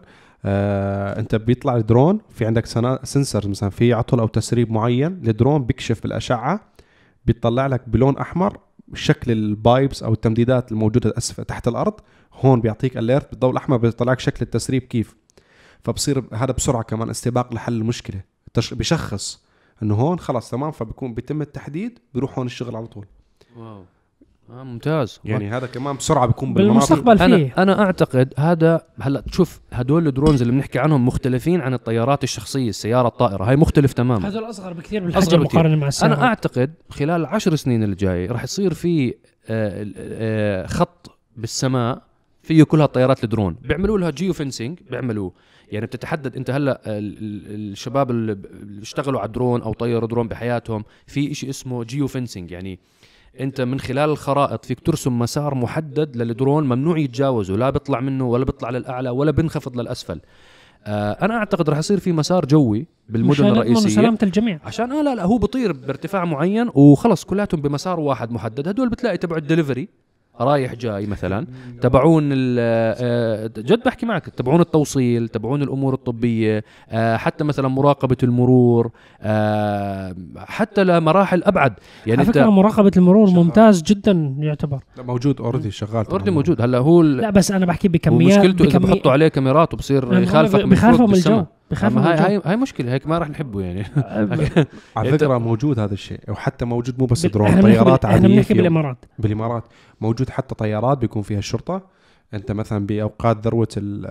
[SPEAKER 3] آه انت بيطلع الدرون في عندك سنسر مثلا في عطل او تسريب معين، الدرون بيكشف بالاشعه بيطلع لك بلون احمر شكل البايبس او التمديدات الموجوده اسفل تحت الارض، هون بيعطيك اليرت بالضوء الاحمر بيطلع لك شكل التسريب كيف، فبصير هذا بسرعه كمان استباق لحل المشكله، بيشخص انه هون خلاص تمام، فبيكون بيتم التحديد بيروح هون الشغل على طول.
[SPEAKER 1] واو آه ممتاز.
[SPEAKER 3] يعني هذا كمان بسرعه بيكون بالمناطق.
[SPEAKER 2] بالمستقبل
[SPEAKER 1] انا
[SPEAKER 2] فيه
[SPEAKER 1] انا اعتقد هذا هلا تشوف هدول الدرونز اللي بنحكي عنهم مختلفين عن الطيارات الشخصيه، السياره الطائره هاي مختلف تماما.
[SPEAKER 2] هذول اصغر بكثير
[SPEAKER 1] أصغر
[SPEAKER 2] بالحجم
[SPEAKER 1] بكثير.
[SPEAKER 2] مقارنه مع السيارات.
[SPEAKER 1] انا اعتقد خلال العشر سنين اللي جاي راح يصير في آه، آه، خط بالسماء فيه كل هالطيارات الدرون، بيعملوا لها جيو فينسينج، بيعملوا يعني بتتحدد انت هلا ال- ال- الشباب اللي ب- اللي اشتغلوا على الدرون او طيروا درون بحياتهم في إشي اسمه جيو فينسينج، يعني انت من خلال الخرائط فيك ترسم مسار محدد للدرون ممنوع يتجاوزه، لا بيطلع منه ولا بيطلع للاعلى ولا بينخفض للاسفل. آه انا اعتقد راح يصير في مسار جوي بالمدن
[SPEAKER 2] مشان يضمن
[SPEAKER 1] الرئيسيه
[SPEAKER 2] سلامة الجميع.
[SPEAKER 1] عشان اه لا لا هو بطير بارتفاع معين وخلص كلاتهم بمسار واحد محدد. هدول بتلاقي تبع الدليفري رايح جاي مثلا، تبعون جد بحكي معك، تبعون التوصيل، تبعون الامور الطبيه، حتى مثلا مراقبه المرور، حتى لمراحل ابعد.
[SPEAKER 2] يعني على فكره مراقبه المرور شغال. ممتاز جدا يعتبر
[SPEAKER 3] موجود اوريدي شغال
[SPEAKER 1] اوريدي موجود. هلا هو
[SPEAKER 2] لا بس انا بحكي بكميات،
[SPEAKER 1] مشكلته اذا بحطوا عليه كاميرات وبصير يخالفك
[SPEAKER 2] بخافوا من الجو.
[SPEAKER 1] هاي هاي هاي مشكله هيك ما راح نحبه يعني.
[SPEAKER 3] على فكره موجود هذا الشيء، وحتى موجود مو بس درون، طيارات عاديه.
[SPEAKER 2] احنا بنحكي بالامارات
[SPEAKER 3] بالامارات موجود حتى طيارات بيكون فيها الشرطه. انت مثلا باوقات ذروه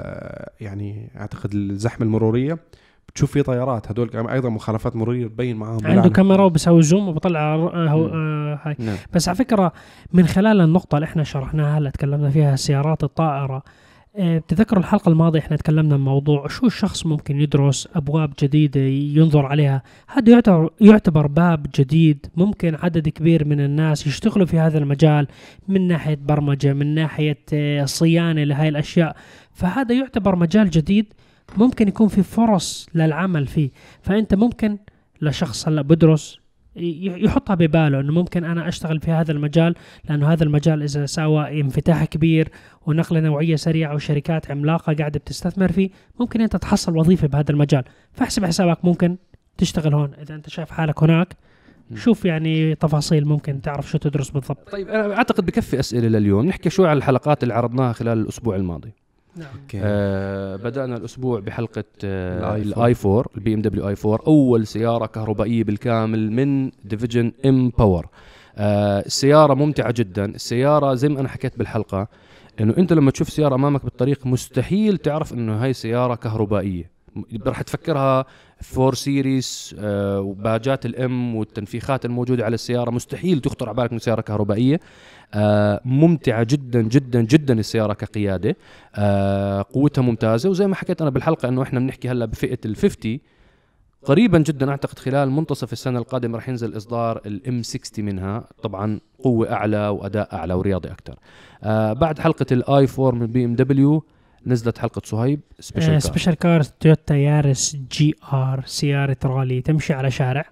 [SPEAKER 3] يعني اعتقد الزحمه المروريه بتشوف في طيارات هدول ايضا مخالفات مروريه تبين معاهم،
[SPEAKER 2] عنده كاميرا وبسوي زوم وبطلع هو آه هاي نعم. بس على فكره من خلال النقطه اللي احنا شرحناها هلا تكلمنا فيها السيارات الطائره، بتذكروا الحلقة الماضية احنا تكلمنا عن موضوع شو الشخص ممكن يدرس أبواب جديدة ينظر عليها. هذا يعتبر, يعتبر باب جديد، ممكن عدد كبير من الناس يشتغلوا في هذا المجال من ناحية برمجة، من ناحية صيانة لهاي الأشياء. فهذا يعتبر مجال جديد ممكن يكون في فرص للعمل فيه. فأنت ممكن لشخص هلا بدرس يحطها بباله انه ممكن انا اشتغل في هذا المجال، لانه هذا المجال اذا سوى انفتاح كبير ونقله نوعيه سريعه وشركات عملاقه قاعده بتستثمر فيه، ممكن انت تحصل وظيفه بهذا المجال. فاحسب حسابك ممكن تشتغل هون اذا انت شايف حالك هناك. شوف يعني تفاصيل ممكن تعرف شو تدرس بالضبط.
[SPEAKER 1] طيب انا اعتقد بكفي اسئله لليوم. نحكي شوي على الحلقات اللي عرضناها خلال الاسبوع الماضي.
[SPEAKER 2] نعم.
[SPEAKER 1] آه بدأنا الأسبوع بحلقة آه الآي فور، البي ام دبليو آي فور، أول سيارة كهربائية بالكامل من ديفيجن ام باور. آه السيارة ممتعة جدا. السيارة زي ما أنا حكيت بالحلقة إنه أنت لما تشوف سيارة أمامك بالطريق مستحيل تعرف إنه هاي سيارة كهربائية. راح تفكرها فور سيريس آه وباجات الام والتنفيخات الموجودة على السيارة، مستحيل تخطر على بالك إنه سيارة كهربائية. آه ممتعة جدا جدا جدا السيارة كقيادة. آه قوتها ممتازة، وزي ما حكيت أنا بالحلقة إنه إحنا بنحكي هلا بفئة الفيفتي. قريبا جدا أعتقد خلال منتصف السنة القادمة رح ينزل إصدار الام ستين منها، طبعا قوة أعلى وأداء أعلى ورياضي أكتر. آه بعد حلقة الآي فور من بي ام دبليو نزلت حلقة صهيب سبيشال كار.
[SPEAKER 2] سبيشال كار تويوتا يارس جي آر، سيارة رالي تمشي على شارع.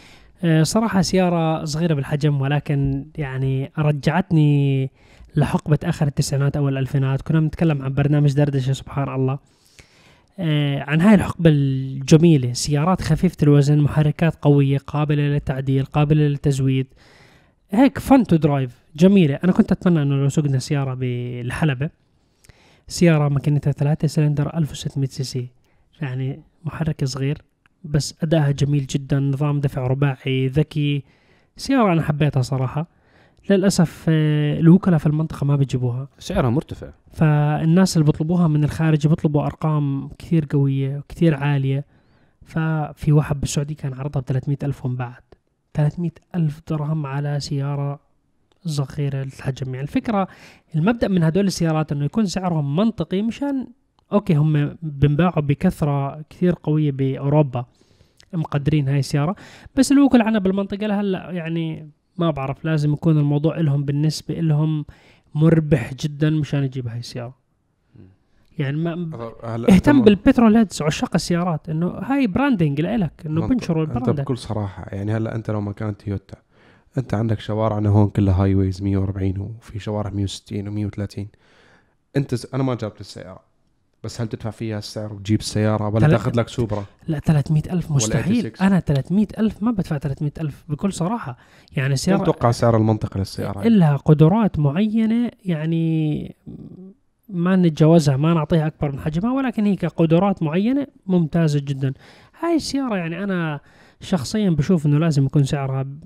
[SPEAKER 2] صراحة سيارة صغيرة بالحجم، ولكن يعني رجعتني لحقبة آخر التسعينات أول الألفينات. كنا بنتكلم عن برنامج دردشة سبحان الله عن هاي الحقبة الجميلة. سيارات خفيفة الوزن، محركات قوية، قابلة للتعديل، قابلة للتزويد، هيك فن تو درايف، جميلة. أنا كنت أتمنى أنه لو سوقنا سيارة بالحلبة، سيارة ماكينتها ثلاثة سلندر ألف وستمائة سي سي، يعني محرك صغير بس أداءها جميل جدا، نظام دفع رباعي ذكي. سيارة أنا حبيتها صراحة. للأسف الوكلاء في المنطقة ما بيجيبوها،
[SPEAKER 1] سعرها مرتفع،
[SPEAKER 2] فالناس اللي بيطلبوها من الخارج بيطلبوا أرقام كثير قوية وكثير عالية. ففي واحد بالسعودية كان عرضها بثلاثمائة ألف ومبعد ثلاثمائة ألف درهم على سيارة صغيرة الحجم. يعني الفكرة المبدأ من هدول السيارات أنه يكون سعرهم منطقي، مشان أوكي هم بنباعوا بكثرة كثير قوية بأوروبا مقدرين هاي السيارة، بس الوكلاء عنا بالمنطقة لهلا يعني ما بعرف، لازم يكون الموضوع لهم بالنسبة لهم مربح جدا مشان يجيب هاي السيارة. يعني ما اهتم بالبترول هيدز عشاق السيارات انه هاي براندنج لإلك، انه بنشروا البراند.
[SPEAKER 3] انت بكل صراحة يعني هلا انت لو ما كانت تويوتا، انت عندك شوارعنا هون كلها هاي ويز مية وأربعين وفي شوارع مية وستين ومية وثلاثين. انت س... انا ما جربت السيارة، بس هل تدفع فيها السعر وتجيب السيارة ولا تاخذ لك سوبرا؟
[SPEAKER 2] لا ثلاثمائة ألف مستحيل. أنا ثلاثمائة ألف ما بدفع ثلاثمائة ألف بكل صراحة. يعني السيارة
[SPEAKER 3] أتوقع سعر المنطقة للسيارة
[SPEAKER 2] إلها قدرات معينة، يعني ما نتجاوزها، ما نعطيها أكبر من حجمها، ولكن هي كقدرات معينة ممتازة جدا. هاي السيارة يعني أنا شخصيا بشوف إنه لازم يكون سعرها ب...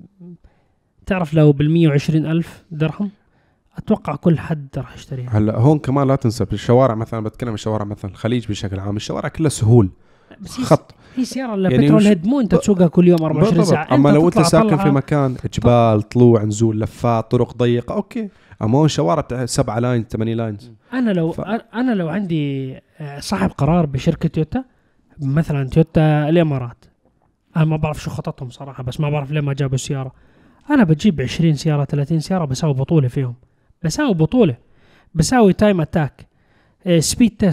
[SPEAKER 2] تعرف لو بالمية وعشرين ألف درهم أتوقع كل حد راح يشتريها.
[SPEAKER 3] هلا هون كمان لا تنسى بالشوارع، مثلا بتكلم الشوارع مثلا الخليج بشكل عام، الشوارع كلها سهول خط.
[SPEAKER 2] هي سيارة البترول هيد مو أنت تسوقها كل يوم أربعة وعشرين ساعة.
[SPEAKER 3] أما لو أنت ساكن في مكان جبال، طلوع نزول، لفات، طرق ضيقة، أوكي. أما هون شوارع سبعة لاين ثمانية لاينز.
[SPEAKER 2] أنا لو ف... أنا لو عندي صاحب قرار بشركة تويوتا، مثلا تويوتا الإمارات، أنا ما بعرف شو خططهم صراحة، بس ما بعرف ليه ما جابوا السيارة. أنا بجيب عشرين سيارة ثلاثين سيارة، بساوي بطولة فيهم، بساوي بطولة، بساوي تايم أتاك، سبيد تيست،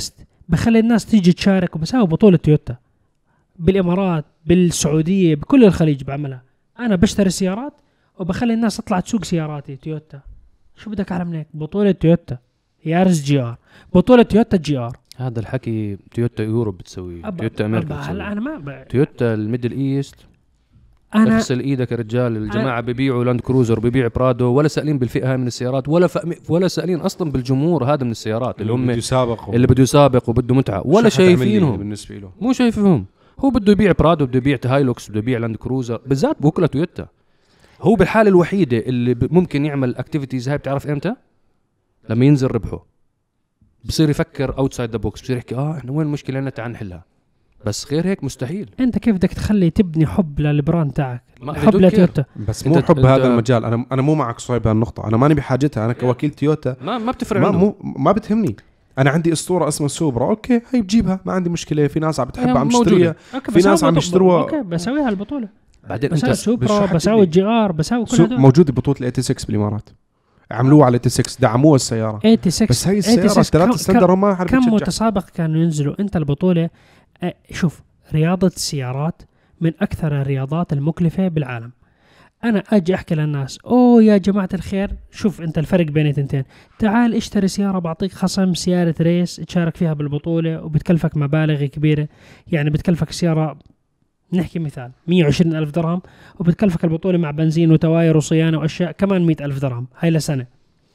[SPEAKER 2] بخلي الناس تيجي تشارك، وبساوي بطولة تويوتا بالإمارات بالسعودية بكل الخليج بعملها. أنا بشتري سيارات وبخلي الناس تطلع تسوق سياراتي تويوتا. شو بدك أعلى من هيك؟ بطولة تويوتا يارس جي آر، بطولة تويوتا جي آر.
[SPEAKER 1] هذا الحكي تويوتا يوروب بتسويه، تويوتا أمريكا
[SPEAKER 2] هلا أنا ما ب...
[SPEAKER 1] تويوتا الميدل إيست.
[SPEAKER 2] أنا
[SPEAKER 1] اغسل ايدك يا رجال، الجماعه بيبيعوا لاند كروزر بيبيع برادو، ولا سائلين بالفئه هاي من السيارات، ولا ف... ولا سائلين اصلا بالجمهور هذا من السيارات اللي, اللي هم
[SPEAKER 3] بده يسابق
[SPEAKER 1] اللي بده يسابق وبده متعه، ولا شايفينهم
[SPEAKER 3] بالنسبه له،
[SPEAKER 1] مو شايفهم. هو بده يبيع برادو، بده يبيع هايلوكس، بده يبيع لاند كروزر، بالذات بوكله تويوتا. هو بالحاله الوحيده اللي ممكن يعمل اكتيفيتيز هاي، بتعرف امتى؟ لما ينزل ربحه بصير يفكر اوتسايد ذا بوكس، بصير يحكي اه احنا وين المشكله لنا تعال نحلها، بس غير هيك مستحيل.
[SPEAKER 2] انت كيف بدك تخلي تبني حب للبراند تاعك، حب
[SPEAKER 1] لتويوتا؟
[SPEAKER 2] لتويوتا،
[SPEAKER 3] بس مو حب هذا المجال. انا انا مو معك صايب بهالنقطه، انا ماني بحاجتها. انا كوكيل تويوتا
[SPEAKER 1] ما ما بتفرق
[SPEAKER 3] ما
[SPEAKER 1] عنده.
[SPEAKER 3] مو ما بتهمني. انا عندي اسطوره اسمها سوبرا، اوكي هي بجيبها ما عندي مشكله، في ناس عم بتحبها عم تشتريها، في ناس عم يشتروها،
[SPEAKER 2] اوكي بسويها البطوله.
[SPEAKER 1] بعدين
[SPEAKER 2] بسوي
[SPEAKER 1] انت
[SPEAKER 2] سوبرا، بسوي جي ار، بسوي كل هذول.
[SPEAKER 3] موجوده بطوله ال ستة وثمانين بالامارات، عملوها على ستة وثمانين، دعموها السياره
[SPEAKER 2] ثمانية وثمانين.
[SPEAKER 3] بس هي السياره ثلاثة سلندر ما عرفت
[SPEAKER 2] كم
[SPEAKER 3] تشجع.
[SPEAKER 2] متسابق كانوا ينزلوا انت البطوله. اه شوف، رياضه السيارات من اكثر الرياضات المكلفه بالعالم. انا اجي احكي للناس اوه يا جماعه الخير، شوف انت الفرق بين التنتين، تعال اشتري سياره بعطيك خصم سياره ريس تشارك فيها بالبطوله وبتكلفك مبالغ كبيره. يعني بتكلفك سياره، نحكي مثال مية وعشرين ألف درهم، وبتكلفك البطوله مع بنزين وتواير وصيانه واشياء كمان مية ألف درهم هاي لسنه.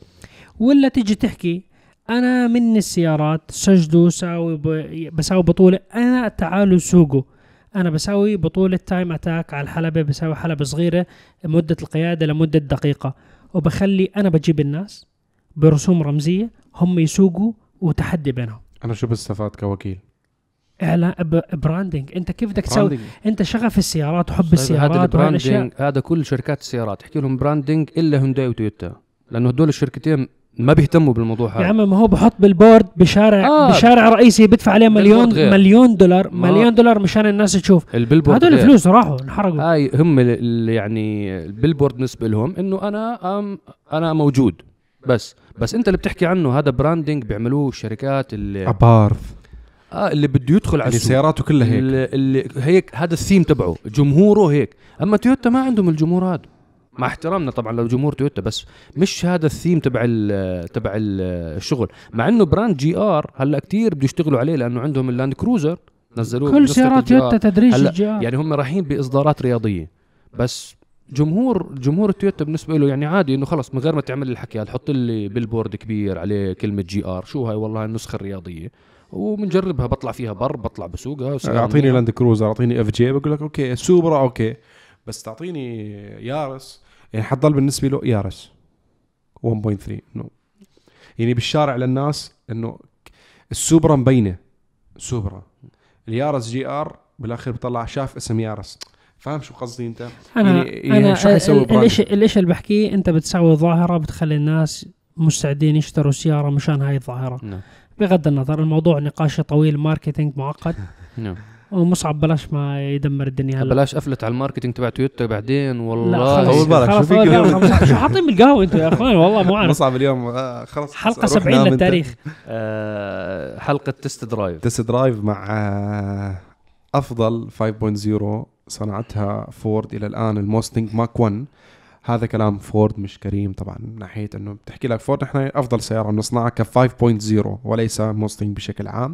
[SPEAKER 2] ولا تيجي تحكي انا من السيارات سجدوا ساوي ب... بساوي بطوله، انا تعالوا سوقوا، انا بساوي بطوله تايم اتاك على الحلبه، بساوي حلبه صغيره مده القياده لمده دقيقه، وبخلي انا بجيب الناس برسوم رمزيه هم يسوقوا وتحدي بينهم.
[SPEAKER 3] انا شو بستفاد كوكيل؟
[SPEAKER 2] اعلان براندنج. انت كيف بدك تسوي؟ انت شغف السيارات وحب
[SPEAKER 1] طيب
[SPEAKER 2] السيارات
[SPEAKER 1] هذا هذا كل شركات السيارات احكي لهم براندنج الا هونداي وتويوتا، لانه هدول الشركتين ما بيهتموا بالموضوع هذا.
[SPEAKER 2] يا عم ما هو بحط بالبورد بشارع آه بشارع رئيسي بدفع عليه مليون مليون دولار مليون دولار مشان الناس تشوف.
[SPEAKER 1] البيلبورد
[SPEAKER 2] هذول الفلوس راحوا انحرقوا.
[SPEAKER 1] هاي هم اللي يعني البيلبورد بالنسبه لهم انه انا أم انا موجود، بس بس انت اللي بتحكي عنه هذا براندنج بيعملوه الشركات اللي
[SPEAKER 3] ابارث
[SPEAKER 1] اه اللي بده يدخل على
[SPEAKER 3] سياراته كلها هيك
[SPEAKER 1] اللي, اللي هيك هذا الثيم تبعه جمهوره هيك. اما تويوتا ما عندهم الجمهور هذا، مع احترامنا طبعا لو جمهور تويوتا، بس مش هذا الثيم تبع ال تبع ال الشغل. مع انه براند جي ار هلا كتير بده يشتغلوا عليه لانه عندهم اللاند كروزر نزلوه
[SPEAKER 2] كل سيارات تويوتا تدريج جي ار،
[SPEAKER 1] يعني هم رايحين باصدارات رياضيه. بس جمهور جمهور التويوتا بالنسبه له يعني عادي انه خلص من غير ما تعمل الحكي هذا تحط لي بالبورد كبير عليه كلمه جي ار، شو هاي والله النسخه الرياضيه وبنجربها، بطلع فيها بر بطلع بسوقها.
[SPEAKER 3] اعطيني لاند كروزر، اعطيني اف جي، بقول لك اوكي سوبرا اوكي، بس تعطيني يارس يعني حتضل بالنسبه له يارس واحد فاصلة ثلاثة انه يعني بالشارع للناس انه السوبرا مبينه سوبرا، اليارس جي ار بالاخير بطلع شاف اسم يارس. فاهم شو قصدي انت؟
[SPEAKER 2] انا
[SPEAKER 3] يعني
[SPEAKER 2] انا
[SPEAKER 3] شو حيسوي
[SPEAKER 2] الاشي الاشي اللي بحكيه انت بتسوي ظاهره بتخلي الناس مستعدين يشتروا سياره مشان هاي الظاهره.
[SPEAKER 1] نعم.
[SPEAKER 2] بغض النظر الموضوع نقاش طويل، ماركتينج معقد.
[SPEAKER 1] نعم.
[SPEAKER 2] ومصعب بلاش ما يدمر الدنيا هلا،
[SPEAKER 1] بلاش افلت على الماركتينج تبع تويوتا بعدين والله.
[SPEAKER 2] لا
[SPEAKER 3] طول بالك شو
[SPEAKER 2] فيك شو حاطين بالقهوه انتوا يا اخوان، والله مو عارف.
[SPEAKER 3] مصعب اليوم آه خلص
[SPEAKER 2] حلقه سبعين للتاريخ.
[SPEAKER 1] آه حلقه تست درايف
[SPEAKER 3] تست درايف مع آه افضل خمسة نقطة صفر صنعتها فورد الى الان، الموستنج ماك واحد. هذا كلام فورد مش كريم طبعا، من ناحيه انه بتحكي لك فورد احنا افضل سياره بنصنعها ك خمسة نقطة صفر وليس موستنج بشكل عام.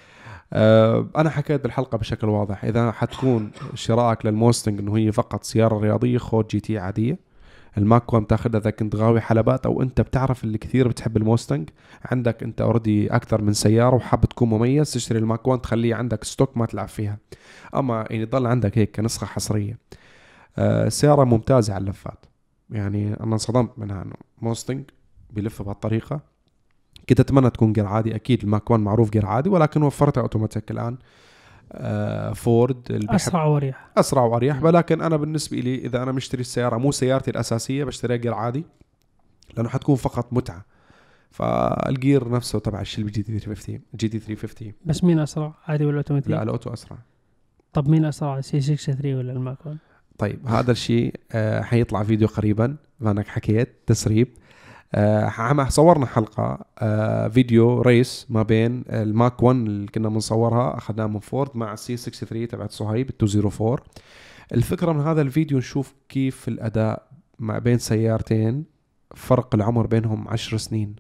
[SPEAKER 3] أه انا حكيت بالحلقه بشكل واضح، اذا حتكون شرائك للموستنج انه هي فقط سياره رياضيه خذ جي تي عاديه. الماك واحد بتاخذها اذا كنت غاوي حلبات او انت بتعرف اللي كثير بتحب الموستنج، عندك انت اوريدي اكثر من سياره وحاب تكون مميز، تشتري الماك واحد تخليه عندك ستوك ما تلعب فيها. اما يعني يضل عندك هيك كنسخه حصريه. أه سياره ممتازه على اللفات، يعني انا انصدمت منها انه موستنج بيلف بهالطريقه. كنت اتمنى تكون جير عادي، اكيد الماك واحد معروف جير عادي ولكن وفرتها اوتوماتيك الان. آه فورد
[SPEAKER 2] اسرع واريح
[SPEAKER 3] اسرع واريح، ولكن انا بالنسبه لي اذا انا مشتري السياره مو سيارتي الاساسيه بشتريها جير عادي لانه حتكون فقط متعه. فالجير نفسه تبع الشيلبي جي تي ثلاثمية وخمسين جي تي ثلاثمية وخمسين.
[SPEAKER 2] بس مين اسرع، عادي ولا اوتوماتيك؟
[SPEAKER 3] لا الاوتو اسرع.
[SPEAKER 2] طب مين اسرع، سي ستة ثلاثة ولا الماك واحد؟
[SPEAKER 3] طيب هذا الشيء آه حيطلع فيديو قريبا، ما انك حكيت تسريب. آه صورنا حلقة آه فيديو ريس ما بين الماك واحد اللي كنا بنصورها أخذناه من فورد مع السي ستة وستين تبعت صهيب مئتين وأربعة. الفكرة من هذا الفيديو نشوف كيف الأداء ما بين سيارتين فرق العمر بينهم عشر سنين.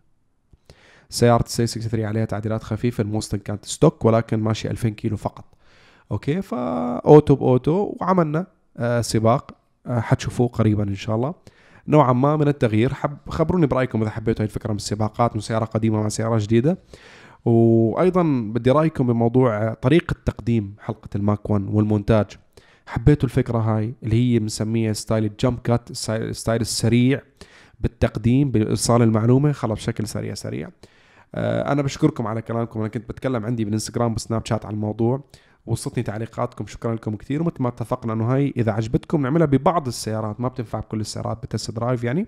[SPEAKER 3] سيارة السي ستة وستين عليها تعديلات خفيفة، الموستنج كانت ستوك ولكن ماشي ألفين كيلو فقط. اوكي، فاوتو باوتو وعملنا آه سباق آه حتشوفوه قريبا ان شاء الله، نوعا ما من التغيير. حب خبروني برايكم اذا حبيتوا هاي الفكره من السباقات من سياره قديمه مع سياره جديده. وايضا بدي رايكم بموضوع طريقه تقديم حلقه الماك واحد والمونتاج. حبيتوا الفكره هاي اللي هي بنسميها ستايل الجمب كات، ستايل السريع بالتقديم بارسال المعلومه خلص بشكل سريع سريع. آه انا بشكركم على كلامكم. انا كنت بتكلم عندي بالانستغرام وسناب شات عن الموضوع، وصلتني تعليقاتكم، شكرا لكم كثير. ومثل ما اتفقنا انه هاي اذا عجبتكم نعملها ببعض السيارات، ما بتنفع بكل السيارات بتست درايف يعني.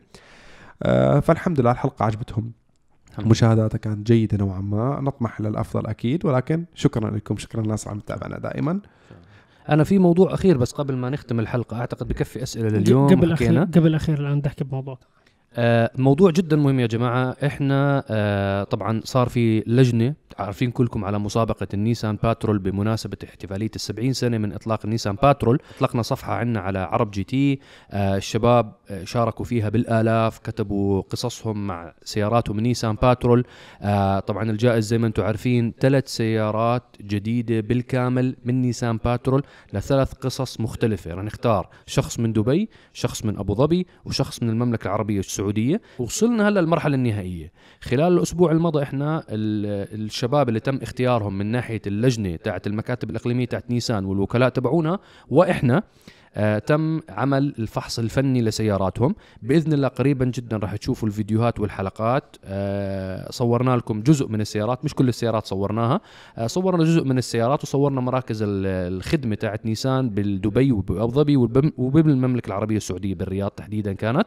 [SPEAKER 3] آه فالحمد لله الحلقه عجبتهم، مشاهداتها كانت جيده نوعا ما، نطمح للافضل اكيد، ولكن شكرا لكم، شكرا للناس اللي عم تتابعنا دائما.
[SPEAKER 1] انا في موضوع اخير بس قبل ما نختم الحلقه، اعتقد بكفي اسئله لليوم.
[SPEAKER 2] قبل اخير قبل اخير الان بدي احكي بموضوع
[SPEAKER 1] آه موضوع جدا مهم يا جماعة. احنا آه طبعا صار في لجنة، عارفين كلكم على مسابقة النيسان باترول بمناسبة احتفالية السبعين سنة من اطلاق النيسان باترول. اطلقنا صفحة عنا على عرب جي تي، آه الشباب شاركوا فيها بالالاف، كتبوا قصصهم مع سياراتهم نيسان باترول. آه طبعا الجائزة زي ما انتم عارفين ثلاث سيارات جديدة بالكامل من نيسان باترول لثلاث قصص مختلفة. رح نختار شخص من دبي، شخص من ابو ظبي، وشخص من المملكة العربية السعودية. وصلنا هلا المرحلة النهائية. خلال الأسبوع الماضي إحنا الشباب اللي تم اختيارهم من ناحية اللجنة تاعت المكاتب الإقليمية تاعت نيسان والوكلاء تبعونا وإحنا آه تم عمل الفحص الفني لسياراتهم. بإذن الله قريبا جدا راح تشوفوا الفيديوهات والحلقات. آه صورنا لكم جزء من السيارات، مش كل السيارات صورناها، آه صورنا جزء من السيارات وصورنا مراكز الخدمة تاعت نيسان بالدبي وبأبو ظبي وبالمملكة العربية السعودية بالرياض تحديدا كانت.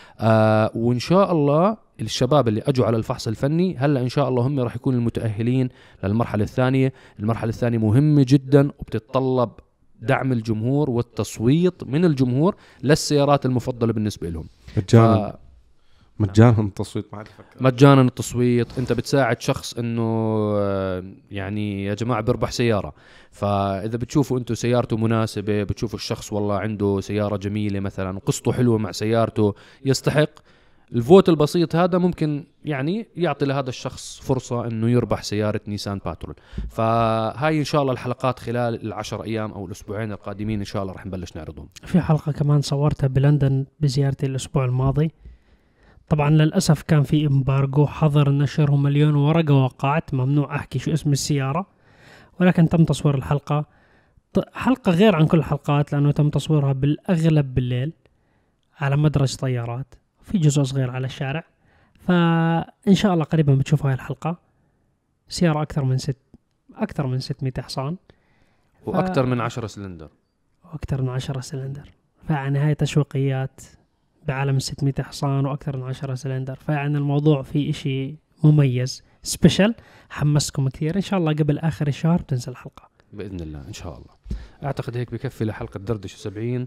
[SPEAKER 1] آه وإن شاء الله الشباب اللي أجوا على الفحص الفني هلأ إن شاء الله هم راح يكونوا المتأهلين للمرحلة الثانية. المرحلة الثانية مهمة جدا وبتتطلب دعم الجمهور والتصويت من الجمهور للسيارات المفضلة بالنسبة لهم.
[SPEAKER 3] مجانا ف... مجانا التصويت، ما عاد افكر
[SPEAKER 1] مجانا التصويت. انت بتساعد شخص انه يعني يا جماعة بيربح سيارة. فاذا بتشوفوا انتم سيارته مناسبة، بتشوفوا الشخص والله عنده سيارة جميلة مثلا وقصته حلوة مع سيارته يستحق الفوت البسيط هذا، ممكن يعني يعطي لهذا الشخص فرصة انه يربح سيارة نيسان باترول. فهاي ان شاء الله الحلقات خلال العشر ايام او الاسبوعين القادمين ان شاء الله رح نبلش نعرضهم.
[SPEAKER 2] في حلقة كمان صورتها بلندن بزيارتي الاسبوع الماضي. طبعا للأسف كان في امبارجو، حظر نشره مليون ورقة، وقعت ممنوع احكي شو اسم السيارة، ولكن تم تصوير الحلقة. حلقة غير عن كل الحلقات لانه تم تصويرها بالاغلب بالليل على مدرج طيارات، في جزء صغير على الشارع. فإن شاء الله قريبا بتشوفوا هاي الحلقة. سيارة أكثر من ست أكثر من ستمائة حصان
[SPEAKER 1] وأكثر ف... من عشرة سلندر
[SPEAKER 2] وأكثر من عشرة سلندر. فيعني هاي تشويقيات بعالم ستمائة حصان وأكثر من عشرة سلندر. فيعني الموضوع فيه إشي مميز سبيشل. حمسكم كثير. إن شاء الله قبل آخر الشهر بتنزل الحلقة
[SPEAKER 1] بإذن الله إن شاء الله. أعتقد هيك بكفي لحلقة دردش سبعين.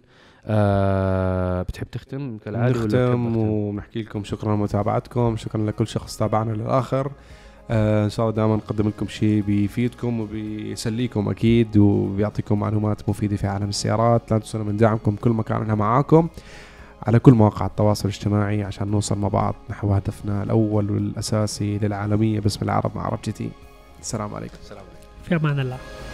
[SPEAKER 1] أه بتحب تختم كالعادة؟
[SPEAKER 3] نختم ونحكي لكم شكرا لمتابعتكم، شكرا لكل شخص تابعنا للآخر. أه إن شاء الله دائما نقدم لكم شيء بيفيدكم وبيسليكم أكيد وبيعطيكم معلومات مفيدة في عالم السيارات. لا تنسوا من دعمكم كل ما كان معاكم على كل مواقع التواصل الاجتماعي عشان نوصل مع بعض نحو هدفنا الأول والأساسي للعالمية باسم العرب مع عرب جي تي. السلام عليكم.
[SPEAKER 1] السلام عليكم.
[SPEAKER 2] في أمان الله.